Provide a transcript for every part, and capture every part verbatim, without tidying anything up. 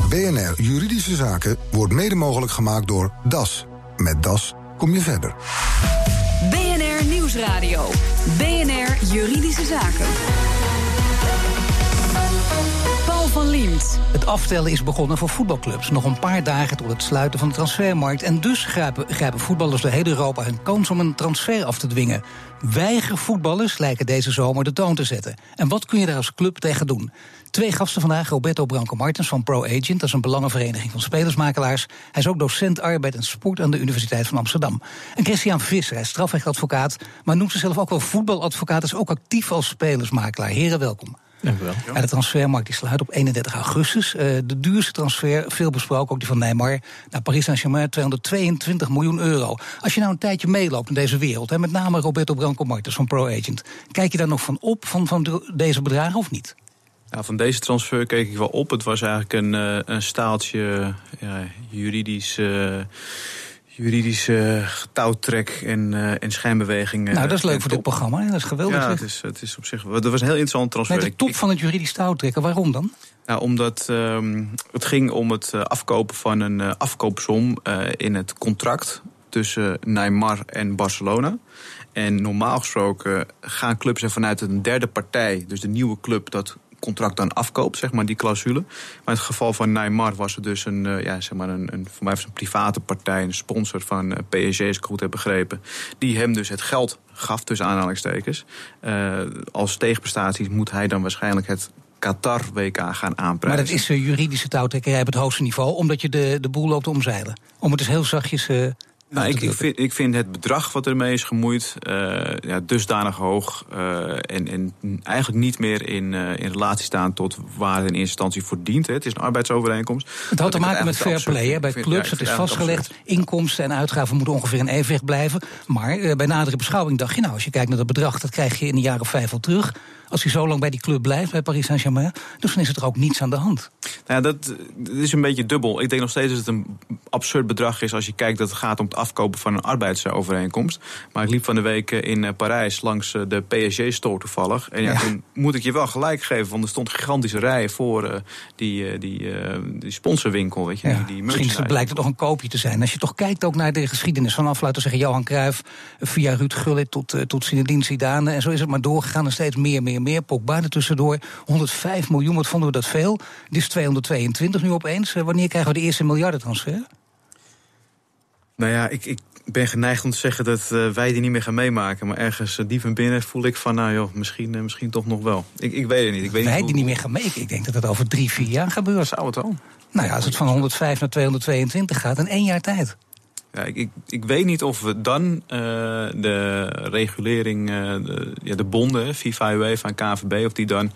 B N R Juridische Zaken wordt mede mogelijk gemaakt door D A S. Met D A S kom je verder. B N R Nieuwsradio. B N R Juridische Zaken. Paul van Liemt. Het aftellen is begonnen voor voetbalclubs. Nog een paar dagen tot het sluiten van de transfermarkt. En dus grijpen, grijpen voetballers door heel Europa hun kans om een transfer af te dwingen. Weigervoetballers lijken deze zomer de toon te zetten. En wat kun je daar als club tegen doen? Twee gasten vandaag, Roberto Branco Martens van ProAgent. Dat is een belangenvereniging van spelersmakelaars. Hij is ook docent arbeid en sport aan de Universiteit van Amsterdam. En Christian Visser, hij is strafrechtadvocaat, maar noemt zichzelf ook wel voetbaladvocaat. Is ook actief als spelersmakelaar. Heren, welkom. Dank u wel. Ja, de transfermarkt die sluit op eenendertig augustus. Uh, de duurste transfer, veel besproken, ook die van Neymar, naar Paris Saint-Germain, tweehonderdtweeëntwintig miljoen euro. Als je nou een tijdje meeloopt in deze wereld, hè, met name Roberto Branco Martens van ProAgent, kijk je daar nog van op, van, van de, deze bedragen of niet? Nou, van deze transfer keek ik wel op. Het was eigenlijk een, uh, een staaltje ja, juridisch... Uh, juridische touwtrek en, uh, en schijnbewegingen. Nou, dat is leuk voor dit programma, hè? Dat is geweldig. Ja, het is, het is op zich... Dat was een heel interessant transfer. Met de top van het juridisch touwtrekken, waarom dan? Nou, omdat um, het ging om het uh, afkopen van een uh, afkoopsom uh, in het contract tussen Neymar en Barcelona. En normaal gesproken gaan clubs er vanuit een derde partij, dus de nieuwe club, dat contract dan afkoopt, zeg maar, die clausule. Maar in het geval van Neymar was het dus een, uh, ja, zeg maar een, een, voor mij was een private partij, een sponsor van uh, P S G, als ik goed heb begrepen, die hem dus het geld gaf, tussen aanhalingstekens. Uh, als tegenprestatie moet hij dan waarschijnlijk het Qatar W K gaan aanprijzen. Maar dat is uh, juridische touwtrekkerij op het hoogste niveau, omdat je de, de boel loopt te omzeilen. Om het dus heel zachtjes... Uh, Nou, ik, ik, vind, ik vind het bedrag wat ermee is gemoeid uh, ja, dusdanig hoog uh, en, en eigenlijk niet meer in, uh, in relatie staan tot waar het in eerste instantie voor dient. Hè. Het is een arbeidsovereenkomst. Het had te maken met fair play. Hè. Bij clubs, ja, het is vastgelegd, absurd. Inkomsten en uitgaven moeten ongeveer in evenwicht blijven. Maar uh, bij nadere beschouwing dacht je, nou, als je kijkt naar dat bedrag, dat krijg je in een jaar of vijf al terug. Als hij zo lang bij die club blijft, bij Paris Saint-Germain, dus dan is er ook niets aan de hand. Nou, dat, dat is een beetje dubbel. Ik denk nog steeds dat het een absurd bedrag is als je kijkt dat het gaat om het afkopen van een arbeidsovereenkomst. Maar ik liep van de week in Parijs langs de P S G-store toevallig. En ja, ja. toen moet ik je wel gelijk geven, want er stond gigantische rijen voor uh, die, die, uh, die sponsorwinkel. Weet je, ja, die, die misschien blijkt het toch een koopje te zijn. Als je toch kijkt ook naar de geschiedenis vanaf, laten we zeggen, Johan Cruijff, via Ruud Gullit tot, uh, tot Zinedine Zidane. En zo is het maar doorgegaan en steeds meer, meer, meer. Pogba er tussendoor. honderdvijf miljoen, wat vonden we dat veel? Dit is tweehonderdtweeëntwintig nu opeens. Uh, wanneer krijgen we de eerste miljardentransfer? Nou ja, ik, ik ben geneigd om te zeggen dat uh, wij die niet meer gaan meemaken. Maar ergens uh, diep van binnen voel ik van, nou joh, misschien, uh, misschien toch nog wel. Ik, ik weet het niet. Ik weet wij niet die niet meer gaan meemaken. Ik denk dat het over drie, vier jaar gebeurt. Zou het al? Nou ja, als het van honderdvijf naar tweehonderdtweeëntwintig gaat in één jaar tijd. Ja, ik, ik, ik weet niet of we dan uh, de regulering, uh, de, ja, de bonden, FIFA, UEFA en K N V B, of die dan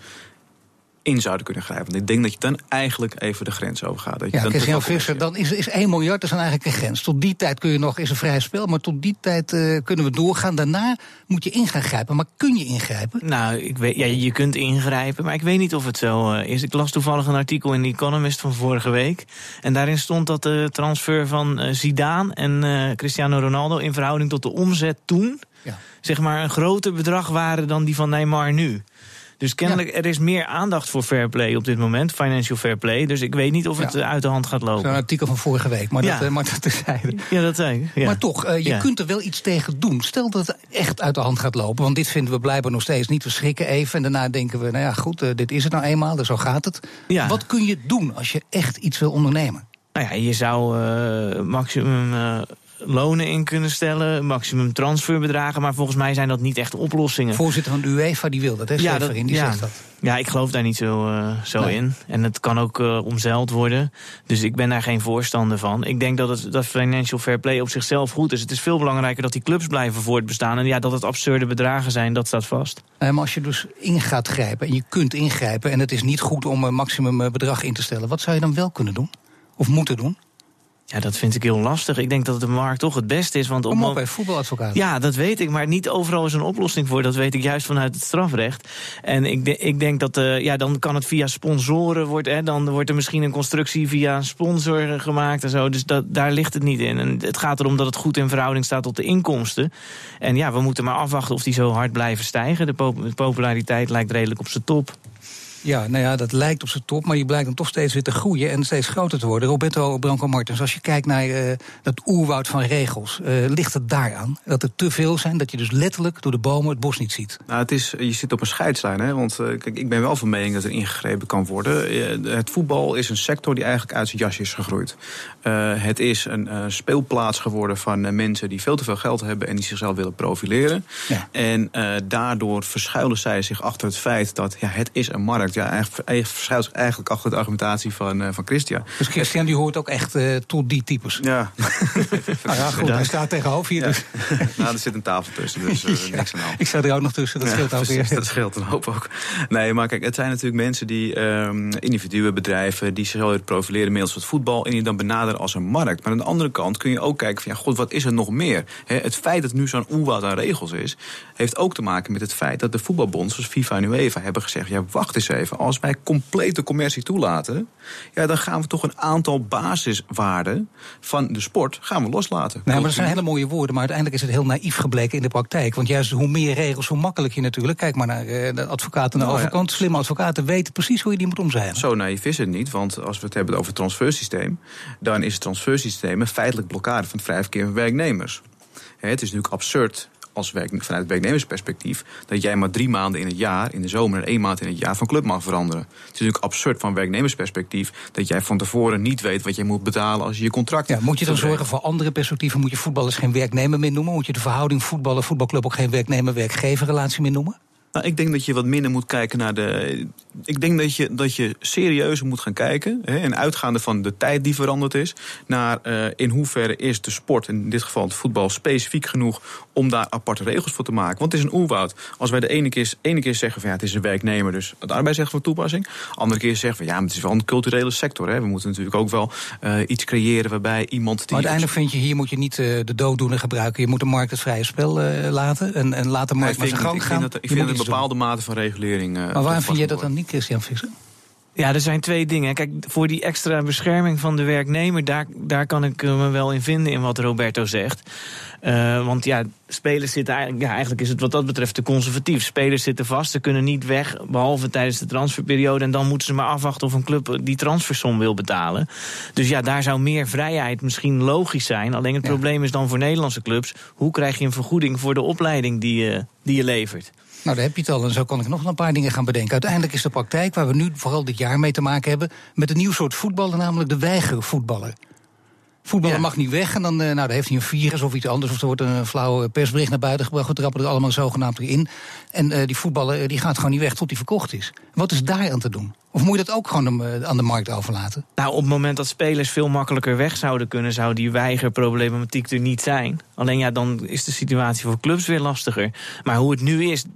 in zouden kunnen grijpen. Want ik denk dat je dan eigenlijk even de grens overgaat. Dat je ja, dan Christian Visser, dan is, is één miljard, dat is dan eigenlijk een grens. Tot die tijd kun je nog, is een vrij spel, maar tot die tijd uh, kunnen we doorgaan. Daarna moet je in gaan grijpen. Maar kun je ingrijpen? Nou, ik weet, ja, je kunt ingrijpen, maar ik weet niet of het zo uh, is. Ik las toevallig een artikel in The Economist van vorige week. En daarin stond dat de transfer van uh, Zidane en uh, Cristiano Ronaldo in verhouding tot de omzet toen, ja, zeg maar, een groter bedrag waren dan die van Neymar nu. Dus kennelijk, ja, er is meer aandacht voor fair play op dit moment, financial fair play. Dus ik weet niet of het ja. uit de hand gaat lopen. Zo'n artikel van vorige week, maar ja. dat, maar dat terzijde. Ja, dat zei ik. Ja. Maar toch, uh, je ja. kunt er wel iets tegen doen. Stel dat het echt uit de hand gaat lopen, want dit vinden we blijkbaar nog steeds niet. We schrikken even en daarna denken we, nou ja, goed, uh, dit is het nou eenmaal, dus zo gaat het. Ja. Wat kun je doen als je echt iets wil ondernemen? Nou ja, je zou uh, maximum Uh, lonen in kunnen stellen, maximum transferbedragen, maar volgens mij zijn dat niet echt oplossingen. Voorzitter van de UEFA, die wil dat, hè? Ja, dat, die ja. zegt dat. Ja, ik geloof daar niet zo, uh, zo nee. in. En het kan ook uh, omzeild worden. Dus ik ben daar geen voorstander van. Ik denk dat het dat financial fair play op zichzelf goed is. Het is veel belangrijker dat die clubs blijven voortbestaan. En ja, dat het absurde bedragen zijn, dat staat vast. Uh, maar als je dus in gaat grijpen, en je kunt ingrijpen, en het is niet goed om een maximum bedrag in te stellen, wat zou je dan wel kunnen doen? Of moeten doen? Ja, dat vind ik heel lastig. Ik denk dat de markt toch het beste is. Want Kom op, bij voetbaladvocaat. Ja, dat weet ik. Maar niet overal is een oplossing voor. Dat weet ik juist vanuit het strafrecht. En ik, de, ik denk dat, uh, ja, dan kan het via sponsoren wordt. Hè, dan wordt er misschien een constructie via een sponsor gemaakt en zo. Dus dat, daar ligt het niet in. En het gaat erom dat het goed in verhouding staat tot de inkomsten. En ja, we moeten maar afwachten of die zo hard blijven stijgen. De, pop- de populariteit lijkt redelijk op zijn top. Ja, nou ja, dat lijkt op zijn top, maar die blijkt dan toch steeds weer te groeien en steeds groter te worden. Roberto Branco Martins, als je kijkt naar uh, dat oerwoud van regels, uh, ligt het daaraan? Dat er te veel zijn, dat je dus letterlijk door de bomen het bos niet ziet? Nou, het is, je zit op een scheidslijn, hè? Want uh, kijk, ik ben wel van mening dat er ingegrepen kan worden. Uh, het voetbal is een sector die eigenlijk uit zijn jasje is gegroeid. Uh, het is een uh, speelplaats geworden van uh, mensen die veel te veel geld hebben en die zichzelf willen profileren. Ja. En uh, daardoor verschuilen zij zich achter het feit dat ja, het is een markt. Ja, eigenlijk verschuilt zich eigenlijk achter de argumentatie van, uh, van Christian. Dus Christian die hoort ook echt uh, tot die types? Ja. Nou ja, goed, hij staat tegenover hier. Ja. Dus. Nou, er zit een tafel tussen, dus uh, ja, niks aan de hand. Ik sta er ook nog tussen, dat scheelt ja, ook weer. Dat scheelt een hoop ook. Nee, maar kijk, het zijn natuurlijk mensen die um, individuen, bedrijven, die zich willen profileren middels het voetbal en die dan benaderen als een markt. Maar aan de andere kant kun je ook kijken van ja, god, wat is er nog meer? He, het feit dat nu zo'n oerwoud aan regels is, heeft ook te maken met het feit dat de voetbalbond, zoals FIFA en UEFA, hebben gezegd, ja, wacht eens even, als wij complete commercie toelaten, ja, dan gaan we toch een aantal basiswaarden van de sport gaan we loslaten. Nee, maar dat zijn hele mooie woorden, maar uiteindelijk is het heel naïef gebleken in de praktijk. Want juist hoe meer regels, hoe makkelijk je natuurlijk. Kijk maar naar uh, de advocaten aan de nou, overkant. Ja. Slimme advocaten weten precies hoe je die moet omzeilen. Zo naïef is het niet, want als we het hebben over het transfersysteem, dan is het transfersysteem een feitelijk blokkade van het vrij verkeer van werknemers. He, het is natuurlijk absurd als werk, vanuit het werknemersperspectief, dat jij maar drie maanden in het jaar, in de zomer en één maand in het jaar van club mag veranderen. Het is natuurlijk absurd van werknemersperspectief dat jij van tevoren niet weet wat je moet betalen als je je contract. Ja, moet je dan zorgen voor andere perspectieven? Moet je voetballers geen werknemer meer noemen? Moet je de verhouding voetballen, voetbalclub ook geen werknemer-werkgeverrelatie meer noemen? Nou, ik denk dat je wat minder moet kijken naar de. Ik denk dat je, dat je serieuzer moet gaan kijken, hè, en uitgaande van de tijd die veranderd is, naar uh, in hoeverre is de sport, in dit geval het voetbal, specifiek genoeg om daar aparte regels voor te maken. Want het is een oerwoud. Als wij de ene keer, ene keer zeggen van ja, het is een werknemer, dus het arbeidsrecht van toepassing. Andere keer zeggen van ja, maar het is wel een culturele sector. Hè. We moeten natuurlijk ook wel uh, iets creëren waarbij iemand die. Maar uiteindelijk vind je, hier moet je niet uh, de dooddoener gebruiken. Je moet de markt het vrije spel uh, laten en, en laat de markt maar zijn gang gaan. Ik vind dat, ik vind dat een bepaalde mate van regulering. Uh, maar waarom vind je dat dan niet, Christian Visser? Ja, er zijn twee dingen. Kijk, voor die extra bescherming van de werknemer, daar, daar kan ik me wel in vinden in wat Roberto zegt. Uh, want ja, spelers zitten eigenlijk, ja, eigenlijk is het wat dat betreft te conservatief. Spelers zitten vast, ze kunnen niet weg, behalve tijdens de transferperiode. En dan moeten ze maar afwachten of een club die transfersom wil betalen. Dus ja, daar zou meer vrijheid misschien logisch zijn. Alleen het ja. probleem is dan voor Nederlandse clubs, hoe krijg je een vergoeding voor de opleiding die je, die je levert? Nou, daar heb je het al en zo kan ik nog een paar dingen gaan bedenken. Uiteindelijk is de praktijk, waar we nu vooral dit jaar mee te maken hebben, met een nieuw soort voetballer, namelijk de weigervoetballer. Voetballer ja. mag niet weg en dan, nou, dan heeft hij een virus of iets anders, of er wordt een flauw persbericht naar buiten gebracht, we trappen er allemaal zogenaamd in. En uh, die voetballer die gaat gewoon niet weg tot hij verkocht is. Wat is daar aan te doen? Of moet je dat ook gewoon aan de markt overlaten? Nou, op het moment dat spelers veel makkelijker weg zouden kunnen, zou die weigerproblematiek er niet zijn. Alleen ja, dan is de situatie voor clubs weer lastiger. Maar hoe het nu is,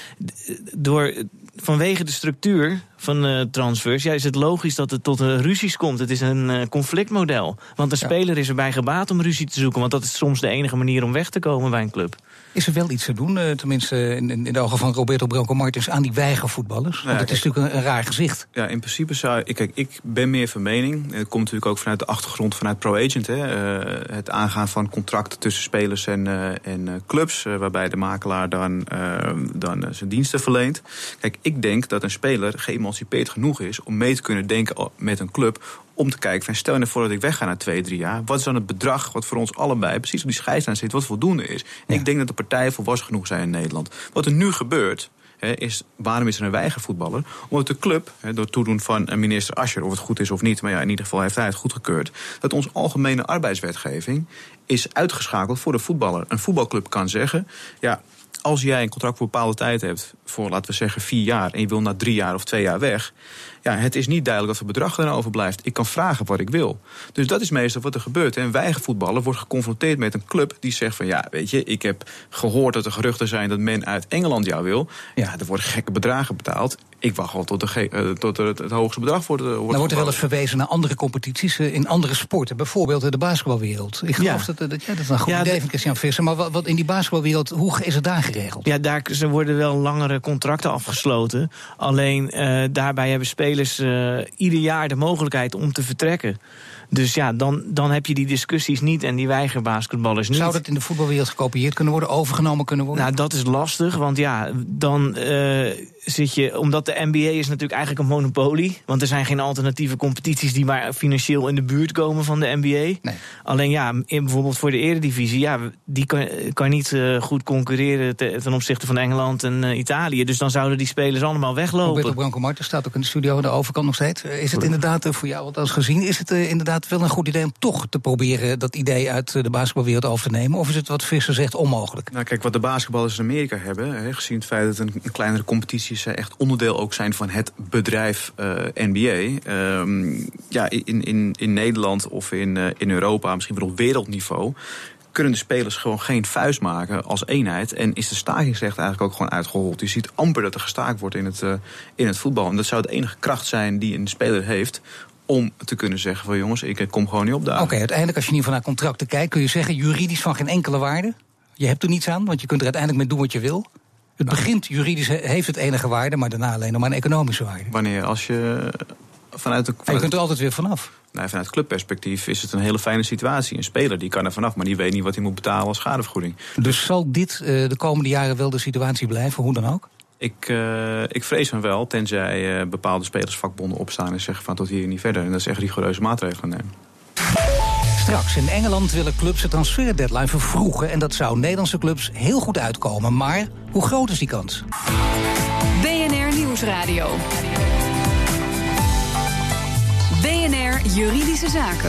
door, vanwege de structuur van uh, transfers, ja, is het logisch dat het tot uh, ruzies komt. Het is een uh, conflictmodel. Want een ja. speler is erbij gebaat om ruzie te zoeken, want dat is soms de enige manier om weg te komen bij een club. Is er wel iets te doen, uh, tenminste in, in de ogen van Roberto Branco Martins, aan die weigervoetballers? Want ja, het is natuurlijk een, een raar gezicht. Ja, in principe zou ik, kijk, ik ben meer van mening. Het komt natuurlijk ook vanuit de achtergrond vanuit ProAgent. Hè, uh, het aangaan van contracten tussen spelers en, uh, en uh, clubs, uh, waarbij de makelaar dan, uh, dan uh, zijn diensten verleent. Kijk, ik denk dat een speler geëmancipeerd genoeg is om mee te kunnen denken met een club, om te kijken van stel je voor dat ik wegga na twee, drie jaar. Wat is dan het bedrag wat voor ons allebei precies op die scheidslijn zit, wat voldoende is? Ja. Ik denk dat de partijen volwassen genoeg zijn in Nederland. Wat er nu gebeurt, He, is, waarom is er een weigervoetballer? Omdat de club, he, door toedoen van minister Ascher, of het goed is of niet, maar ja, in ieder geval heeft hij het goedgekeurd, dat onze algemene arbeidswetgeving is uitgeschakeld voor de voetballer. Een voetbalclub kan zeggen, ja, als jij een contract voor een bepaalde tijd hebt, voor laten we zeggen vier jaar, en je wil na drie jaar of twee jaar weg, ja, het is niet duidelijk wat voor bedrag er dan overblijft. Ik kan vragen wat ik wil. Dus dat is meestal wat er gebeurt. En een weigervoetballer wordt geconfronteerd met een club die zegt van ja, weet je, ik heb gehoord dat er geruchten zijn dat men uit Engeland jou wil. Ja, er worden gekke bedragen betaald. Ik wacht al tot, de, uh, tot er het, het hoogste bedrag wordt. Uh, wordt nou wordt er wel eens verwezen naar andere competities uh, in andere sporten. Bijvoorbeeld uh, de basketbalwereld. Ik geloof ja. dat, dat, ja, dat is een goed ja, idee van Christian Visser. Maar wat, wat in die basketbalwereld, hoe is het daar geregeld? Ja, daar ze worden wel langere contracten afgesloten. Alleen uh, daarbij hebben spelers spelers uh, ieder jaar de mogelijkheid om te vertrekken. Dus ja, dan, dan heb je die discussies niet en die weigerbasketballers niet. Zou dat in de voetbalwereld gekopieerd kunnen worden, overgenomen kunnen worden? Nou, dat is lastig, want ja, dan uh, zit je... Omdat de N B A is natuurlijk eigenlijk een monopolie. Want er zijn geen alternatieve competities die maar financieel in de buurt komen van de N B A. Nee. Alleen ja, in, bijvoorbeeld voor de eredivisie, ja, die kan, kan niet uh, goed concurreren te, ten opzichte van Engeland en uh, Italië. Dus dan zouden die spelers allemaal weglopen. Roberto Branco Martens staat ook in de studio aan de overkant nog steeds. Is het inderdaad, uh, voor jou althans gezien, is het uh, inderdaad wel een goed idee om toch te proberen dat idee uit de basketbalwereld over te nemen? Of is het wat Visser zegt onmogelijk? Nou kijk, wat de basketballers in Amerika hebben, hè, gezien het feit dat het een, een kleinere competitie is, echt onderdeel ook zijn van het bedrijf uh, N B A. Um, ja, in, in, in Nederland of in, uh, in Europa, misschien wel op wereldniveau, kunnen de spelers gewoon geen vuist maken als eenheid. En is de stakingsrecht eigenlijk ook gewoon uitgehold. Je ziet amper dat er gestaakt wordt in het, uh, in het voetbal. En dat zou de enige kracht zijn die een speler heeft om te kunnen zeggen van jongens, ik kom gewoon niet op daar. Oké, okay, uiteindelijk als je niet van naar contracten kijkt, kun je zeggen juridisch van geen enkele waarde. Je hebt er niets aan, want je kunt er uiteindelijk mee doen wat je wil. Het nou. begint juridisch, heeft het enige waarde, maar daarna alleen nog maar een economische waarde. Wanneer? Als je vanuit de... Vanuit je kunt er altijd weer vanaf. Nee, vanuit clubperspectief is het een hele fijne situatie. Een speler die kan er vanaf, maar die weet niet wat hij moet betalen als schadevergoeding. Dus zal dit uh, de komende jaren wel de situatie blijven, hoe dan ook? Ik, uh, ik vrees hem wel, tenzij uh, bepaalde spelersvakbonden opstaan en zeggen van tot hier niet verder. En dat is echt rigoureuze maatregelen nemen. Straks in Engeland willen clubs de transferdeadline vervroegen. En dat zou Nederlandse clubs heel goed uitkomen. Maar hoe groot is die kans? B N R Nieuwsradio. B N R Juridische Zaken.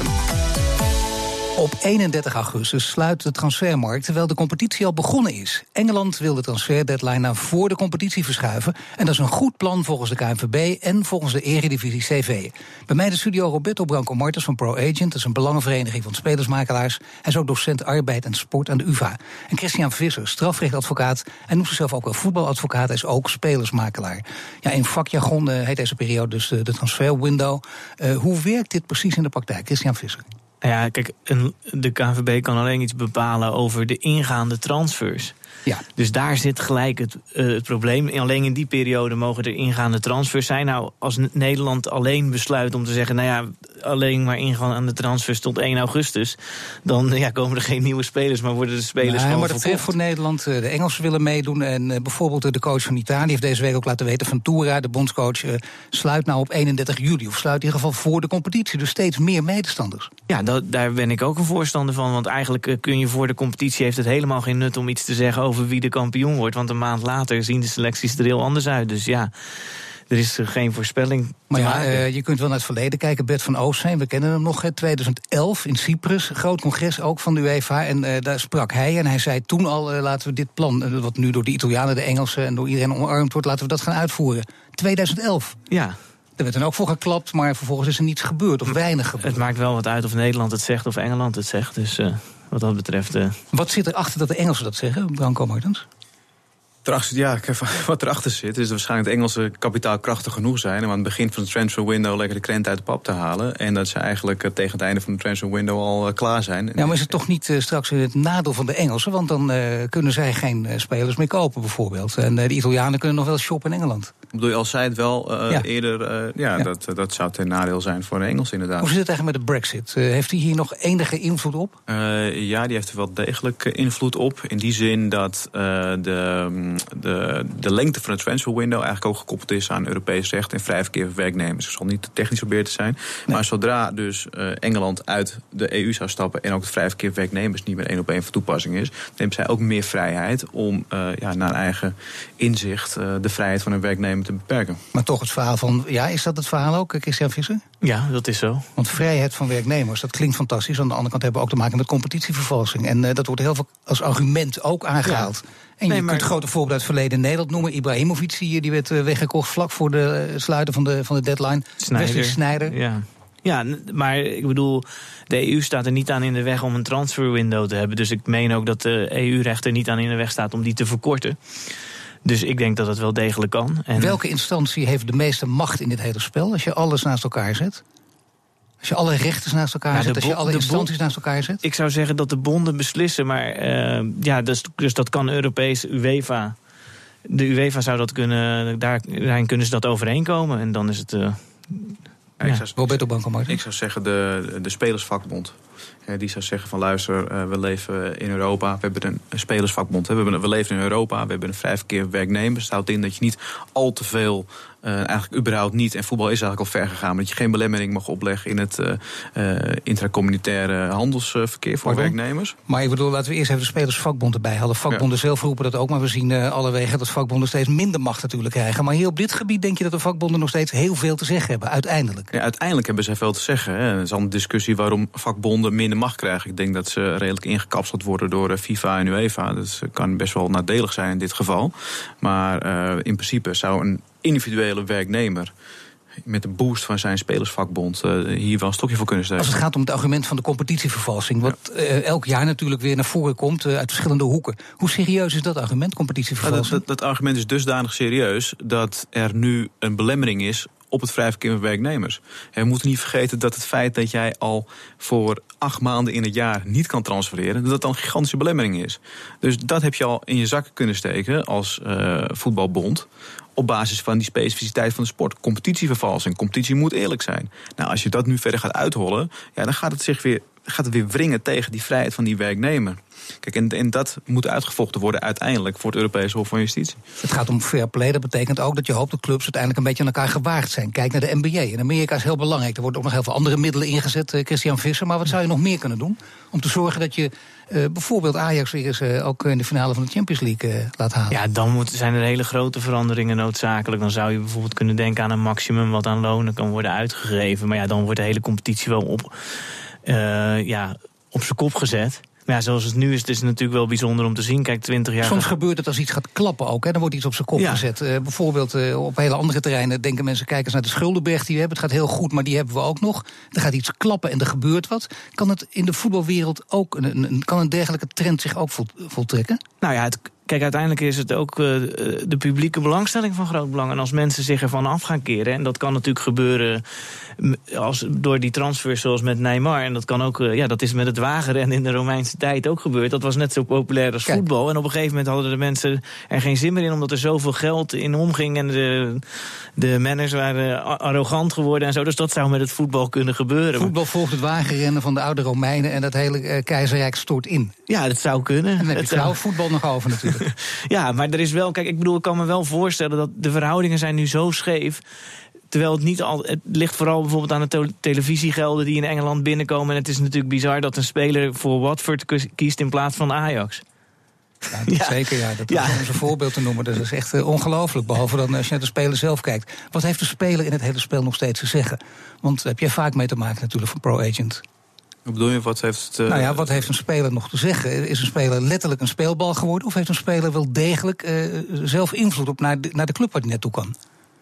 Op eenendertig augustus sluit de transfermarkt terwijl de competitie al begonnen is. Engeland wil de transferdeadline naar voor de competitie verschuiven. En dat is een goed plan volgens de K N V B en volgens de Eredivisie C V. Bij mij in de studio Roberto Branco Martens van ProAgent. Dat is een belangenvereniging van spelersmakelaars. Hij is ook docent arbeid en sport aan de U vA. En Christian Visser, strafrechtadvocaat. Hij noemt zichzelf ook wel voetbaladvocaat. Hij is ook spelersmakelaar. Ja, in vakjargon uh, heet deze periode dus de, de transferwindow. Uh, hoe werkt dit precies in de praktijk? Christian Visser. Ja, kijk, een, de K N V B kan alleen iets bepalen over de ingaande transfers. Ja. Dus daar zit gelijk het, uh, het probleem. Alleen in die periode mogen er ingaande transfers zijn. Nou, als Nederland alleen besluit om te zeggen, nou ja, alleen maar ingaande transfers tot één augustus, dan ja, komen er geen nieuwe spelers, maar worden de spelers nee, gewoon maar dat treft voor Nederland. De Engelsen willen meedoen. En uh, bijvoorbeeld de coach van Italië heeft deze week ook laten weten, Ventura, de bondscoach, uh, sluit nou op eenendertig juli. Of sluit in ieder geval voor de competitie. Dus steeds meer medestanders. Ja, dat, daar ben ik ook een voorstander van. Want eigenlijk uh, kun je voor de competitie, heeft het helemaal geen nut om iets te zeggen over wie de kampioen wordt. Want een maand later zien de selecties er heel anders uit. Dus ja, er is geen voorspelling. Maar ja, uh, je kunt wel naar het verleden kijken. Bert van Oostveen, we kennen hem nog, tweeduizend elf in Cyprus. Groot congres ook van de UEFA. En uh, daar sprak hij en hij zei toen al, uh, laten we dit plan, uh, wat nu door de Italianen, de Engelsen en door iedereen omarmd wordt, laten we dat gaan uitvoeren. tweeduizend elf. Ja. Er werd dan ook voor geklapt, maar vervolgens is er niets gebeurd, of weinig gebeurd. Het maakt wel wat uit of Nederland het zegt of Engeland het zegt. Dus uh, wat dat betreft... Uh... Wat zit erachter dat de Engelsen dat zeggen, Branco Martens? Erachter, ja, wat erachter zit, is dat waarschijnlijk de Engelsen kapitaalkrachtig genoeg zijn om aan het begin van de transfer window lekker de krent uit de pap te halen. En dat ze eigenlijk tegen het einde van de transfer window al uh, klaar zijn. Ja, maar is het toch niet uh, straks het nadeel van de Engelsen? Want dan uh, kunnen zij geen uh, spelers meer kopen, bijvoorbeeld. En uh, de Italianen kunnen nog wel shoppen in Engeland. Ik bedoel, als zij het wel uh, ja. eerder... Uh, ja, ja. Dat, dat zou ten nadeel zijn voor de Engelsen inderdaad. Hoe zit het eigenlijk met de Brexit? Uh, heeft die hier nog enige invloed op? Uh, ja, die heeft er wel degelijk invloed op. In die zin dat uh, de... de de lengte van de transfer window eigenlijk ook gekoppeld is aan Europees recht en vrij verkeer van werknemers. Het zal niet te technisch proberen te zijn. Nee. Maar zodra dus uh, Engeland uit de E U zou stappen en ook het vrij verkeer van werknemers niet meer één op één van toepassing is, neemt zij ook meer vrijheid om uh, ja, naar eigen inzicht uh, de vrijheid van een werknemer te beperken. Maar toch het verhaal van, ja, is dat het verhaal ook, Christian Visser? Ja, dat is zo. Want vrijheid van werknemers, dat klinkt fantastisch. Aan de andere kant hebben we ook te maken met competitievervalsing. En uh, dat wordt heel veel als argument ook aangehaald. Ja. En je nee, kunt grote voorbeelden uit het verleden in Nederland noemen. Ibrahimovic, die, die werd weggekocht vlak voor de sluiten van de, van de deadline. Wesley Sneijder. Ja. Ja, maar ik bedoel, de E U staat er niet aan in de weg om een transferwindow te hebben. Dus ik meen ook dat de E U-recht er niet aan in de weg staat om die te verkorten. Dus ik denk dat het wel degelijk kan. En welke instantie heeft de meeste macht in dit hele spel, als je alles naast elkaar zet? Als je alle rechters naast elkaar ja, zet, als je alle instanties naast elkaar zet? Ik zou zeggen dat de bonden beslissen, maar uh, ja, dus, dus dat kan Europees, UEFA. De UEFA zou dat kunnen, daar, daarin kunnen ze dat overeenkomen. En dan is het uh, Ja, ik zou, Roberto Blanco Martin. Ik zou zeggen de, de spelersvakbond. Ja, die zou zeggen van luister, uh, we leven in Europa. We hebben een, een spelersvakbond. Hè. We, hebben, we leven in Europa. We hebben een vrij verkeer werknemers. Dat houdt in dat je niet al te veel, uh, eigenlijk überhaupt niet, en voetbal is eigenlijk al ver gegaan, maar dat je geen belemmering mag opleggen in het uh, uh, intracommunitaire handelsverkeer voor Pardon? werknemers. Maar ik bedoel, laten we eerst even de spelersvakbond erbij halen. Vakbonden ja. zelf roepen dat ook, maar we zien uh, alle wegen dat vakbonden steeds minder macht natuurlijk krijgen. Maar hier op dit gebied denk je dat de vakbonden nog steeds heel veel te zeggen hebben, uiteindelijk? Ja, uiteindelijk hebben zij veel te zeggen. Hè. Het is al een discussie waarom vakbonden minder macht krijgen. Ik denk dat ze redelijk ingekapseld worden door FIFA en UEFA. Dat kan best wel nadelig zijn in dit geval. Maar uh, in principe zou een individuele werknemer met de boost van zijn spelersvakbond uh, hier wel een stokje voor kunnen steken. Als het gaat om het argument van de competitievervalsing, wat ja. uh, elk jaar natuurlijk weer naar voren komt uh, uit verschillende hoeken. Hoe serieus is dat argument, competitievervalsing? Ja, dat, dat, dat argument is dusdanig serieus dat er nu een belemmering is op het vrij verkeer van werknemers. We moeten niet vergeten dat het feit dat jij al voor acht maanden in het jaar niet kan transfereren, dat dat dan een gigantische belemmering is. Dus dat heb je al in je zak kunnen steken als uh, voetbalbond, op basis van die specificiteit van de sport. Competitievervalsing. Competitie moet eerlijk zijn. Nou, als je dat nu verder gaat uithollen, ja, dan gaat het zich weer, gaat het weer wringen tegen die vrijheid van die werknemer. Kijk, en, en dat moet uitgevochten worden uiteindelijk voor het Europese Hof van Justitie. Het gaat om fair play. Dat betekent ook dat je hoopt dat clubs uiteindelijk een beetje aan elkaar gewaagd zijn. Kijk naar de N B A. In Amerika is heel belangrijk. Er worden ook nog heel veel andere middelen ingezet, uh, Christian Visser. Maar wat zou je nog meer kunnen doen om te zorgen dat je uh, bijvoorbeeld Ajax weer eens uh, ook in de finale van de Champions League uh, laat halen? Ja, dan moet, zijn er hele grote veranderingen noodzakelijk. Dan zou je bijvoorbeeld kunnen denken aan een maximum wat aan lonen kan worden uitgegeven. Maar ja, dan wordt de hele competitie wel op, uh, ja, op zijn kop gezet. Maar ja, zoals het nu is, het is natuurlijk wel bijzonder om te zien. Kijk, twintig jaar... Soms gebeurt het als iets gaat klappen ook. Hè? Dan wordt iets op zijn kop ja. gezet. Uh, bijvoorbeeld uh, op hele andere terreinen denken mensen, kijk eens naar de schuldenberg die we hebben. Het gaat heel goed, maar die hebben we ook nog. Er gaat iets klappen en er gebeurt wat. Kan het in de voetbalwereld ook, een, een, kan een dergelijke trend zich ook voltrekken? Nou ja, het... Kijk, uiteindelijk is het ook uh, de publieke belangstelling van groot belang. En als mensen zich ervan af gaan keren, en dat kan natuurlijk gebeuren als, door die transfers zoals met Neymar. En dat kan ook, uh, ja, dat is met het wagenrennen in de Romeinse tijd ook gebeurd. Dat was net zo populair als Kijk. voetbal. En op een gegeven moment hadden de mensen er geen zin meer in, omdat er zoveel geld in omging. En de, de managers waren arrogant geworden en zo. Dus dat zou met het voetbal kunnen gebeuren. Voetbal volgt het wagenrennen van de oude Romeinen en dat hele uh, keizerrijk stort in. Ja, dat zou kunnen. En dan heb je vrouwenvoetbal nog over natuurlijk. Ja, maar er is wel, kijk, ik bedoel, ik kan me wel voorstellen dat de verhoudingen zijn nu zo scheef. Terwijl het niet al, het ligt vooral bijvoorbeeld aan de te- televisiegelden die in Engeland binnenkomen. En het is natuurlijk bizar dat een speler voor Watford kiest in plaats van Ajax. Ja, dat ja. Zeker, ja. Dat is ja. om eens een voorbeeld te noemen. Dat is echt uh, ongelooflijk. Behalve dan als je naar de speler zelf kijkt. Wat heeft de speler in het hele spel nog steeds te zeggen? Want daar heb jij vaak mee te maken natuurlijk van pro-agent. Wat bedoel je, wat heeft het... Uh... Nou ja, wat heeft een speler nog te zeggen? Is een speler letterlijk een speelbal geworden? Of heeft een speler wel degelijk uh, zelf invloed op naar de, naar de club waar hij naartoe kan?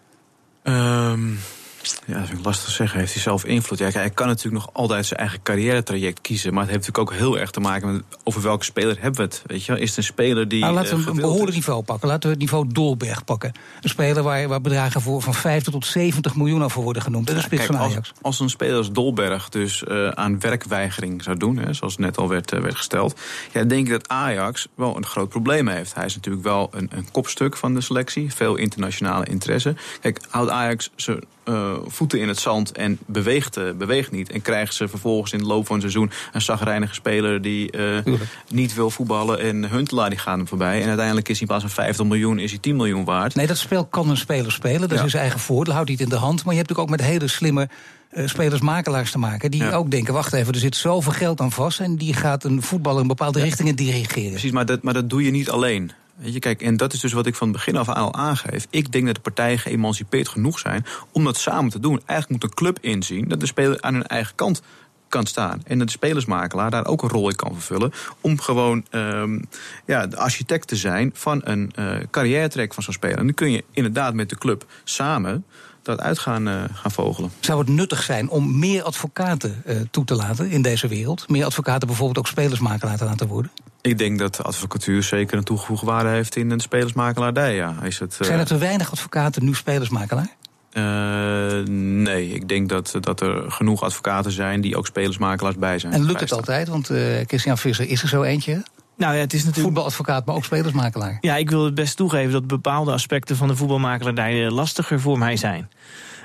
Um, ja, dat vind ik lastig te zeggen. Heeft hij zelf invloed? Ja, kijk, hij kan natuurlijk nog altijd zijn eigen carrière-traject kiezen. Maar het heeft natuurlijk ook heel erg te maken met over welke speler hebben we het. Weet je? Is het een speler die... Nou, laten we een uh, behoorlijk is. niveau pakken. Laten we het niveau Dolberg pakken. Een speler waar, waar bedragen voor van vijftig tot zeventig miljoen over worden genoemd. Dat is de spits van Ajax. Als, als een speler als Dolberg dus uh, aan werkweigering zou doen, hè, zoals net al werd, uh, werd gesteld, ja, denk ik dat Ajax wel een groot probleem heeft. Hij is natuurlijk wel een, een kopstuk van de selectie. Veel internationale interesse. Kijk, houdt Ajax zijn uh, voeten in het zand en beweegt, uh, beweegt niet. En krijgen ze vervolgens in de loop van het seizoen een chagrijnige speler die uh, niet wil voetballen en Huntelaar die gaat hem voorbij. En uiteindelijk is hij in plaats van vijftig miljoen is hij tien miljoen waard. Nee, dat spel kan een speler spelen. Dat ja. is zijn eigen voordeel. Houdt hij het in de hand. Maar je hebt natuurlijk ook met hele slimme uh, spelersmakelaars te maken. Die ja. ook denken, wacht even, er zit zoveel geld aan vast. En die gaat een voetballer in bepaalde ja. richtingen dirigeren. Precies, maar dat, maar dat doe je niet alleen. Weet je, kijk, en dat is dus wat ik van het begin af aan al aangeef. Ik denk dat de partijen geëmancipeerd genoeg zijn om dat samen te doen. Eigenlijk moet een club inzien dat de speler aan hun eigen kant kan staan. En dat de spelersmakelaar daar ook een rol in kan vervullen. Om gewoon um, ja, de architect te zijn van een uh, carrière-track van zo'n speler. En dan kun je inderdaad met de club samen dat uit gaan, uh, gaan vogelen. Zou het nuttig zijn om meer advocaten uh, toe te laten in deze wereld? Meer advocaten bijvoorbeeld ook spelersmakelaar te laten worden? Ik denk dat de advocatuur zeker een toegevoegde waarde heeft in de spelersmakelaardij. Ja. Is het, uh... Zijn er te weinig advocaten nu spelersmakelaar? Uh, nee, ik denk dat, dat er genoeg advocaten zijn die ook spelersmakelaars bij zijn. En lukt het altijd? Want uh, Christian Visser is er zo eentje. Nou ja, het is natuurlijk voetbaladvocaat, maar ook spelersmakelaar. Ja, ik wil het best toegeven dat bepaalde aspecten van de voetbalmakelaardij lastiger voor mij zijn.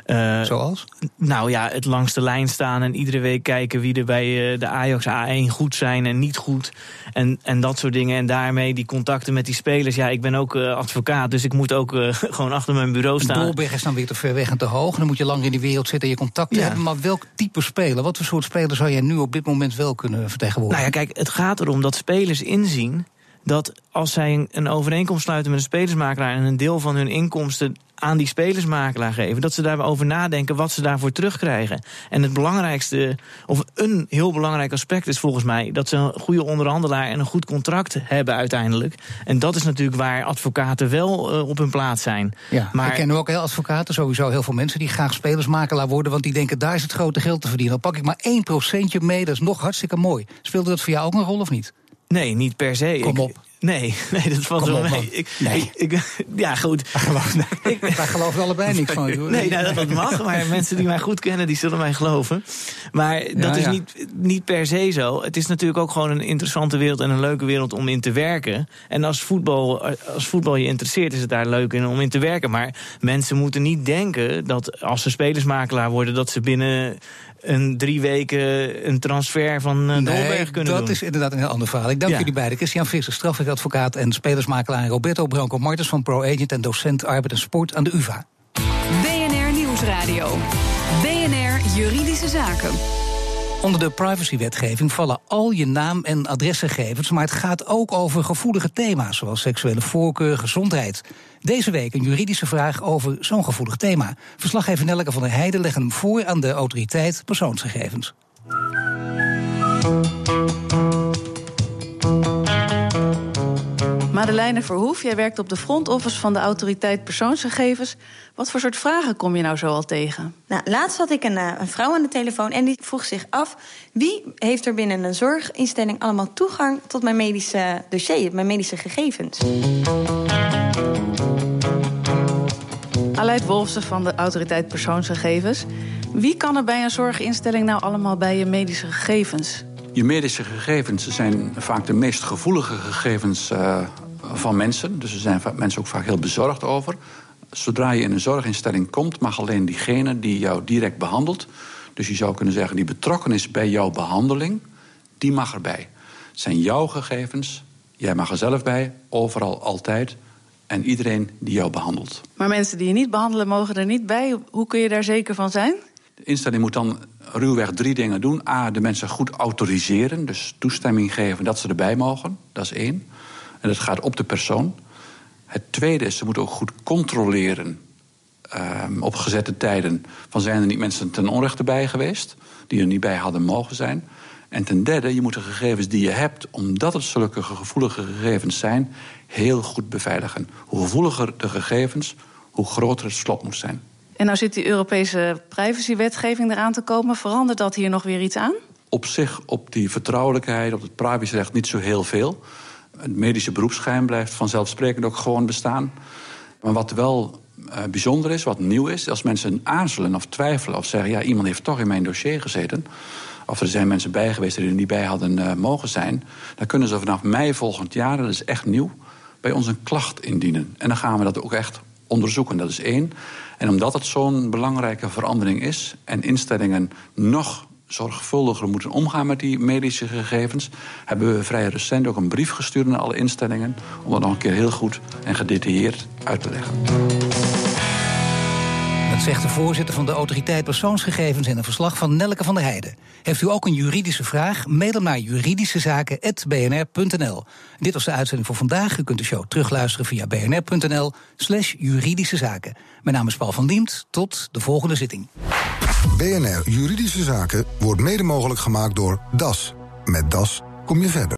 Uh, Zoals? Nou ja, het langs de lijn staan en iedere week kijken wie er bij uh, de Ajax A één goed zijn en niet goed. En, en dat soort dingen. En daarmee die contacten met die spelers. Ja, ik ben ook uh, advocaat, dus ik moet ook uh, gewoon achter mijn bureau staan. Dolberg is dan weer te ver weg en te hoog. Dan moet je langer in die wereld zitten en je contacten ja. hebben. Maar welk type speler, wat voor soort speler zou jij nu op dit moment wel kunnen vertegenwoordigen? Nou ja, kijk, het gaat erom dat spelers inzien dat als zij een overeenkomst sluiten met een spelersmakelaar en een deel van hun inkomsten aan die spelersmakelaar geven, dat ze daarover nadenken wat ze daarvoor terugkrijgen. En het belangrijkste, of een heel belangrijk aspect is volgens mij dat ze een goede onderhandelaar en een goed contract hebben uiteindelijk. En dat is natuurlijk waar advocaten wel uh, op hun plaats zijn. Ja, maar ik ken ook heel advocaten, sowieso heel veel mensen die graag spelersmakelaar worden, want die denken daar is het grote geld te verdienen. Dan pak ik maar één procentje mee, dat is nog hartstikke mooi. Speelde dat voor jou ook een rol of niet? Nee, niet per se. Kom op. Ik, nee, nee, dat valt wel mee. Ik, nee. Ik, ik, ja, goed. Daar geloven, daar geloven allebei niks van. Hoor. Nee, nou, dat mag, maar mensen die mij goed kennen, die zullen mij geloven. Maar dat ja, is ja. Niet, niet per se zo. Het is natuurlijk ook gewoon een interessante wereld en een leuke wereld om in te werken. En als voetbal, als voetbal je interesseert, is het daar leuk in om in te werken. Maar mensen moeten niet denken dat als ze spelersmakelaar worden, dat ze binnen een drie weken een transfer van uh, Dolberg nee, kunnen dat doen. Dat is inderdaad een heel ander verhaal. Ik dank ja. jullie beiden. Christian Visser, strafrechtadvocaat en spelersmakelaar, Roberto Branco Martens van ProAgent en docent arbeid en sport aan de U vA. B N R Nieuwsradio. B N R Juridische Zaken. Onder de privacywetgeving vallen al je naam- en adresgegevens, maar het gaat ook over gevoelige thema's, zoals seksuele voorkeur, gezondheid. Deze week een juridische vraag over zo'n gevoelig thema. Verslaggever Nelleke van der Heijden legt hem voor aan de autoriteit persoonsgegevens. Madeleine Verhoef, jij werkt op de front office van de autoriteit persoonsgegevens. Wat voor soort vragen kom je nou zo al tegen? Nou, laatst had ik een, uh, een vrouw aan de telefoon en die vroeg zich af, wie heeft er binnen een zorginstelling allemaal toegang tot mijn medische dossier, mijn medische gegevens? Aleid Wolfsen van de autoriteit persoonsgegevens. Wie kan er bij een zorginstelling nou allemaal bij je medische gegevens? Je medische gegevens zijn vaak de meest gevoelige gegevens uh, van mensen. Dus er zijn mensen ook vaak heel bezorgd over. Zodra je in een zorginstelling komt, mag alleen diegene die jou direct behandelt, dus je zou kunnen zeggen die betrokken is bij jouw behandeling, die mag erbij. Het zijn jouw gegevens, jij mag er zelf bij, overal, altijd. En iedereen die jou behandelt. Maar mensen die je niet behandelen mogen er niet bij. Hoe kun je daar zeker van zijn? De instelling moet dan ruwweg drie dingen doen. A, de mensen goed autoriseren, dus toestemming geven dat ze erbij mogen. Dat is één. En dat gaat op de persoon. Het tweede is, ze moeten ook goed controleren uh, op gezette tijden. Van zijn er niet mensen ten onrechte bij geweest, die er niet bij hadden mogen zijn. En ten derde, je moet de gegevens die je hebt, omdat het zulke gevoelige gegevens zijn, heel goed beveiligen. Hoe gevoeliger de gegevens, hoe groter het slot moet zijn. En nou zit die Europese privacywetgeving eraan te komen. Verandert dat hier nog weer iets aan? Op zich, op die vertrouwelijkheid, op het privacyrecht niet zo heel veel. Het medische beroepsgeheim blijft vanzelfsprekend ook gewoon bestaan. Maar wat wel uh, bijzonder is, wat nieuw is, als mensen aarzelen of twijfelen of zeggen, ja, iemand heeft toch in mijn dossier gezeten, of er zijn mensen bij geweest die er niet bij hadden uh, mogen zijn, dan kunnen ze vanaf mei volgend jaar, dat is echt nieuw, bij ons een klacht indienen. En dan gaan we dat ook echt onderzoeken, dat is één. En omdat het zo'n belangrijke verandering is en instellingen nog zorgvuldiger moeten omgaan met die medische gegevens, hebben we vrij recent ook een brief gestuurd naar alle instellingen om dat nog een keer heel goed en gedetailleerd uit te leggen. Dat zegt de voorzitter van de autoriteit persoonsgegevens in een verslag van Nelleke van der Heijden. Heeft u ook een juridische vraag? Mail hem naar juridischezaken apenstaartje b n r punt n l. Dit was de uitzending voor vandaag. U kunt de show terugluisteren via bnr.nl slash juridische zaken. Mijn naam is Paul van Diemt. Tot de volgende zitting. B N R Juridische Zaken wordt mede mogelijk gemaakt door D A S. Met D A S kom je verder.